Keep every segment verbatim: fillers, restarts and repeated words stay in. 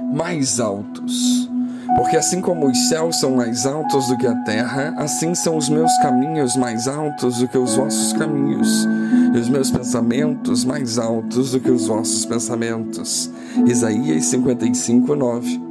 mais altos. Porque assim como os céus são mais altos do que a terra, assim são os meus caminhos mais altos do que os vossos caminhos, e os meus pensamentos mais altos do que os vossos pensamentos. Isaías cinquenta e cinco, nove.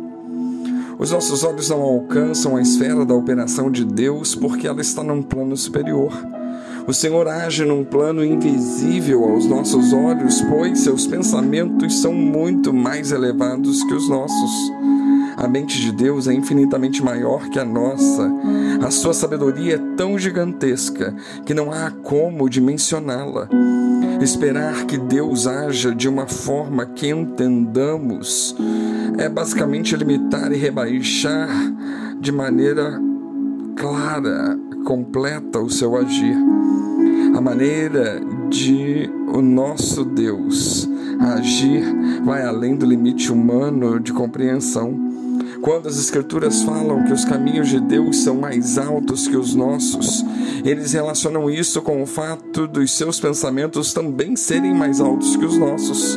Os nossos olhos não alcançam a esfera da operação de Deus porque ela está num plano superior. O Senhor age num plano invisível aos nossos olhos, pois seus pensamentos são muito mais elevados que os nossos. A mente de Deus é infinitamente maior que a nossa. A sua sabedoria é tão gigantesca que não há como dimensioná-la. Esperar que Deus haja de uma forma que entendamos é basicamente limitar e rebaixar de maneira clara, completa o seu agir. A maneira de o nosso Deus agir vai além do limite humano de compreensão. Quando as Escrituras falam que os caminhos de Deus são mais altos que os nossos, eles relacionam isso com o fato dos seus pensamentos também serem mais altos que os nossos.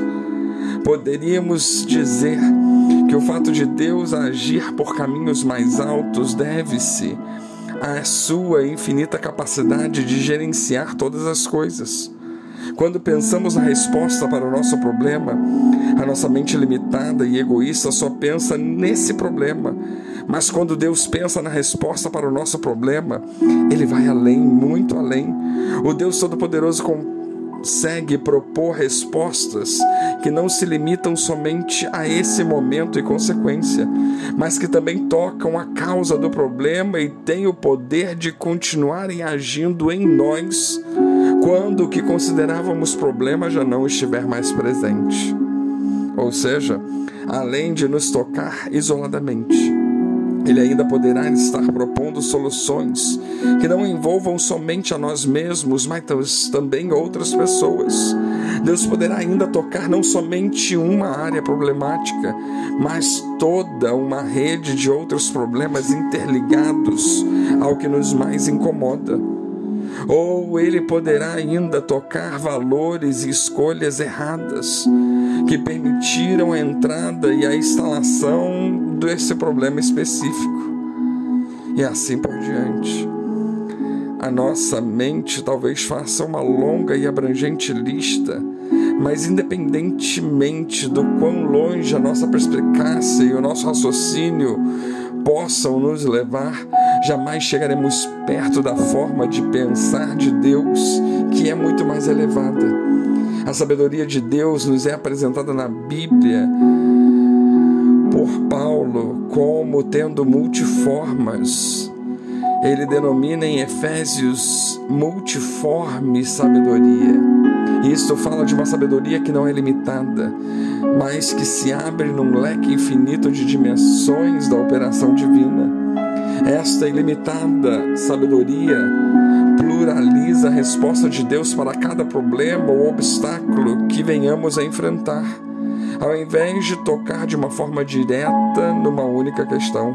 Poderíamos dizer que o fato de Deus agir por caminhos mais altos deve-se à sua infinita capacidade de gerenciar todas as coisas. Quando pensamos na resposta para o nosso problema, a nossa mente limitada e egoísta só pensa nesse problema. Mas quando Deus pensa na resposta para o nosso problema, Ele vai além, muito além. O Deus Todo-Poderoso consegue propor respostas que não se limitam somente a esse momento e consequência, mas que também tocam a causa do problema e têm o poder de continuarem agindo em nós quando o que considerávamos problema já não estiver mais presente. Ou seja, além de nos tocar isoladamente, Ele ainda poderá estar propondo soluções que não envolvam somente a nós mesmos, mas também outras pessoas. Deus poderá ainda tocar não somente uma área problemática, mas toda uma rede de outros problemas interligados ao que nos mais incomoda. Ou Ele poderá ainda tocar valores e escolhas erradas que permitiram a entrada e a instalação desse problema específico. E assim por diante. A nossa mente talvez faça uma longa e abrangente lista, mas independentemente do quão longe a nossa perspicácia e o nosso raciocínio possam nos levar, jamais chegaremos perto da forma de pensar de Deus, que é muito mais elevada. A sabedoria de Deus nos é apresentada na Bíblia por Paulo como tendo multiformas. Ele denomina em Efésios multiforme sabedoria. Isso fala de uma sabedoria que não é limitada, mas que se abre num leque infinito de dimensões da operação divina. Esta ilimitada sabedoria pluraliza a resposta de Deus para cada problema ou obstáculo que venhamos a enfrentar, ao invés de tocar de uma forma direta numa única questão.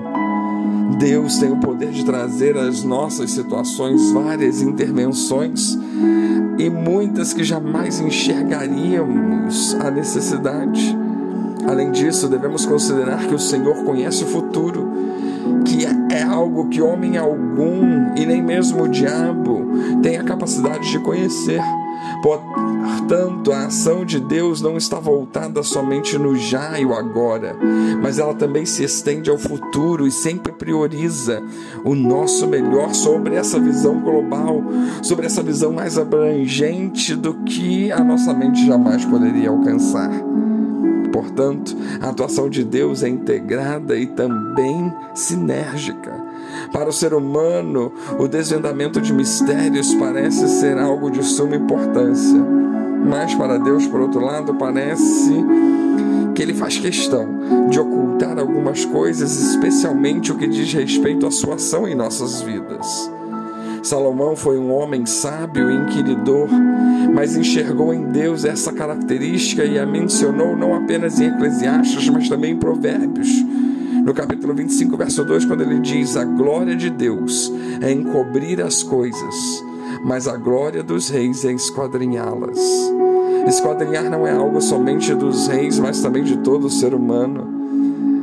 Deus tem o poder de trazer às nossas situações várias intervenções e muitas que jamais enxergaríamos a necessidade. Além disso, devemos considerar que o Senhor conhece o futuro, que é algo que homem algum e nem mesmo o diabo tem a capacidade de conhecer. Portanto, a ação de Deus não está voltada somente no já e o agora, mas ela também se estende ao futuro e sempre prioriza o nosso melhor sobre essa visão global, sobre essa visão mais abrangente do que a nossa mente jamais poderia alcançar. Portanto, a atuação de Deus é integrada e também sinérgica. Para o ser humano, o desvendamento de mistérios parece ser algo de suma importância, mas para Deus, por outro lado, parece que Ele faz questão de ocultar algumas coisas, especialmente o que diz respeito à sua ação em nossas vidas. Salomão foi um homem sábio e inquiridor, mas enxergou em Deus essa característica e a mencionou não apenas em Eclesiastes, mas também em Provérbios. No capítulo vinte e cinco, verso dois, quando ele diz: a glória de Deus é encobrir as coisas, mas a glória dos reis é esquadrinhá-las. Esquadrinhar não é algo somente dos reis, mas também de todo o ser humano.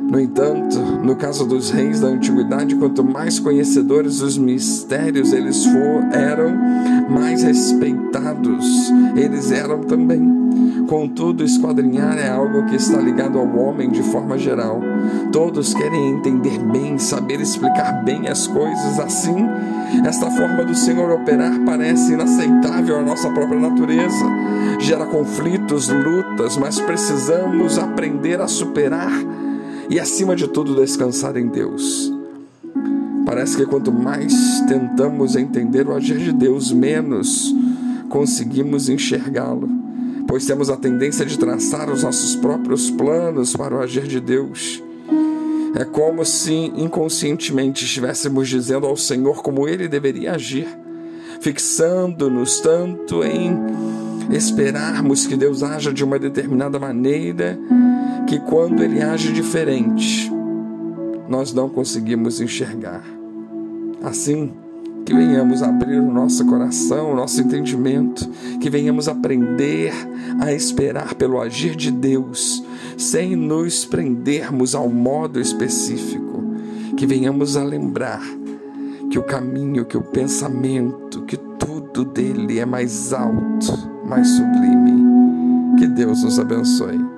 No entanto, no caso dos reis da antiguidade, quanto mais conhecedores dos mistérios eles for, eram, mais respeitados eles eram também. Contudo, esquadrinhar é algo que está ligado ao homem de forma geral. Todos querem entender bem, saber explicar bem as coisas. Assim, esta forma do Senhor operar parece inaceitável à nossa própria natureza. Gera conflitos, lutas, mas precisamos aprender a superar e, acima de tudo, descansar em Deus. Parece que quanto mais tentamos entender o agir de Deus, menos conseguimos enxergá-lo, pois temos a tendência de traçar os nossos próprios planos para o agir de Deus. É como se inconscientemente estivéssemos dizendo ao Senhor como Ele deveria agir, fixando-nos tanto em esperarmos que Deus haja de uma determinada maneira, que quando Ele age diferente, nós não conseguimos enxergar. Assim, que venhamos abrir o nosso coração, o nosso entendimento, que venhamos aprender a esperar pelo agir de Deus, sem nos prendermos ao modo específico, que venhamos a lembrar que o caminho, que o pensamento, que tudo dele é mais alto, mais sublime. Que Deus nos abençoe.